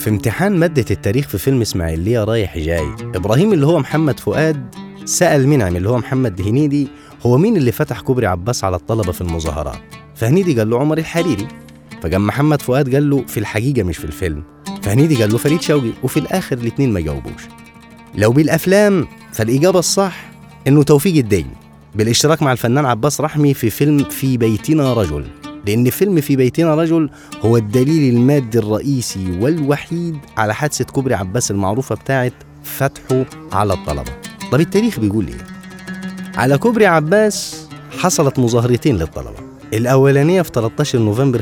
في امتحان مادة التاريخ في فيلم إسماعيلية رايح جاي، إبراهيم اللي هو محمد فؤاد سأل منعم اللي هو محمد هنيدي هو مين اللي فتح كوبري عباس على الطلبة في المظاهرات، فهنيدي قال له عمر الحريري. فقام محمد فؤاد قال له في الحقيقة مش في الفيلم، فهنيدي قال له فريد شوقي، وفي الآخر الاتنين ما جاوبوش. لو بالأفلام فالإجابة الصح إنه توفيق الدين بالاشتراك مع الفنان عباس رحمي في فيلم في بيتنا رجل، لأن فيلم في بيتنا رجل هو الدليل المادي الرئيسي والوحيد على حادثة كوبري عباس المعروفة بتاعت فتحه على الطلبة. طب التاريخ بيقول إيه؟ على كوبري عباس حصلت مظاهرتين للطلبة، الأولانية في 13 نوفمبر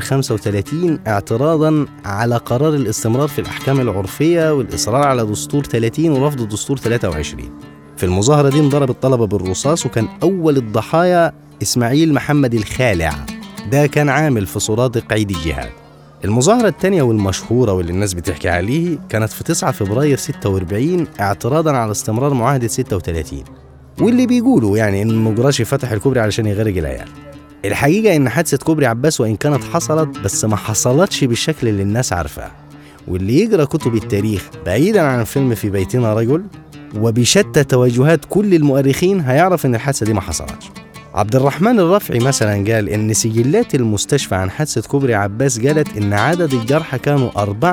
35 اعتراضاً على قرار الاستمرار في الأحكام العرفية والإصرار على دستور 30 ورفض دستور 23. في المظاهرة دي انضرب الطلبة بالرصاص، وكان أول الضحايا إسماعيل محمد الخالع، ده كان عامل في سرادق عيد الجهاد. المظاهرة الثانية والمشهورة واللي الناس بتحكي عليه كانت في 9 فبراير 46 اعتراضاً على استمرار معاهدة 36، واللي بيقولوا يعني إن النجراشي فتح الكوبري علشان يغرق العيال. الحقيقة إن حادثة كوبري عباس وإن كانت حصلت بس ما حصلتش بالشكل اللي الناس عارفاه، واللي يقرأ كتب التاريخ بعيداً عن فيلم في بيتنا رجل وبشتى توجهات كل المؤرخين هيعرف إن الحادثة دي ما حصلتش. عبد الرحمن الرفعي مثلا قال إن سجلات المستشفى عن حادثة كوبري عباس قالت إن عدد الجرحى كانوا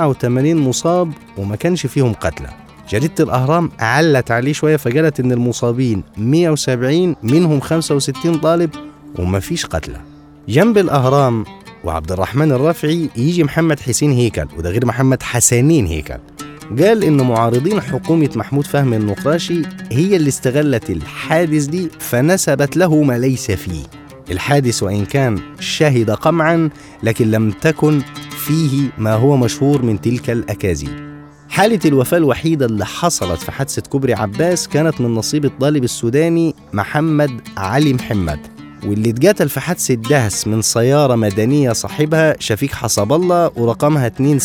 84 مصاب وما كانش فيهم قتلى. جريدة الأهرام علت عليه شوية فقالت إن المصابين 170 منهم 65 طالب وما فيش قتلى. جنب الأهرام وعبد الرحمن الرفعي يجي محمد حسين هيكل، وده غير محمد حسنين هيكل، قال إن معارضين حكومة محمود فهمي النقراشي هي اللي استغلت الحادث دي فنسبت له ما ليس فيه. الحادث وإن كان شهد قمعا لكن لم تكن فيه ما هو مشهور من تلك الأكاذيب. حالة الوفاة الوحيدة اللي حصلت في حادثة كوبري عباس كانت من نصيب الطالب السوداني محمد علي محمد، واللي اتقتل في حادثة دهس من سيارة مدنية صاحبها شفيق حسب الله ورقمها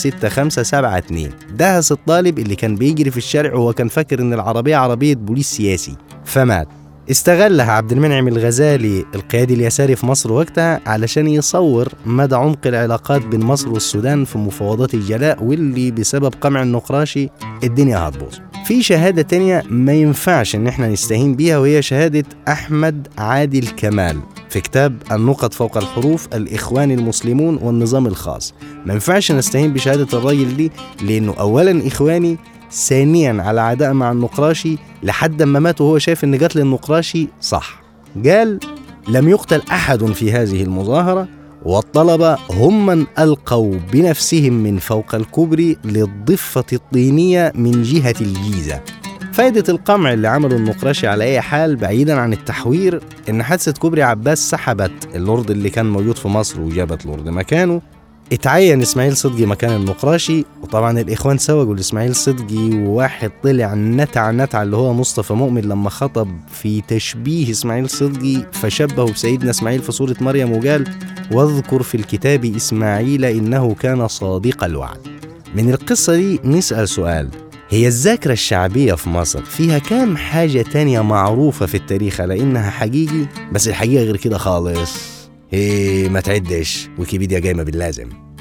26572. دهس الطالب اللي كان بيجري في الشارع وهو كان فاكر ان العربية عربية بوليس سياسي فمات. استغلها عبد المنعم الغزالي القيادي اليساري في مصر وقتها علشان يصور مدى عمق العلاقات بين مصر والسودان في مفاوضات الجلاء، واللي بسبب قمع النقراشي الدنيا هتبوظ. في شهادة تانية ما ينفعش ان احنا نستهين بيها، وهي شهادة أحمد عادل كمال في كتاب النقط فوق الحروف الإخوان المسلمون والنظام الخاص. ما ينفعش نستهين بشهادة الراجل دي لأنه أولا إخواني، ثانيا على عداء مع النقراشي لحد ما مات وهو شايف ان قتل النقراشي صح. قال لم يقتل أحد في هذه المظاهرة، والطلبة هم من ألقوا بنفسهم من فوق الكوبري للضفة الطينية من جهة الجيزة. فائدة القمع اللي عمله النقراشي على أي حال بعيدا عن التحوير إن حادثة كوبري عباس سحبت اللورد اللي كان موجود في مصر وجابت لورد مكانه. اتعين إسماعيل صدقي مكان النقراشي، وطبعا الإخوان سوقوا لإسماعيل صدقي، وواحد طلع نتع اللي هو مصطفى مؤمن لما خطب في تشبيه إسماعيل صدقي فشبهه بسيدنا إسماعيل في سورة مريم وقال واذكر في الكتاب إسماعيل إنه كان صادق الوعد. من القصة دي نسأل سؤال، هي الذاكرة الشعبية في مصر فيها كام حاجة تانية معروفة في التاريخ على إنها حقيقي بس الحقيقة غير كده خالص؟ ما تعدش، ويكيبيديا جايمة باللازم.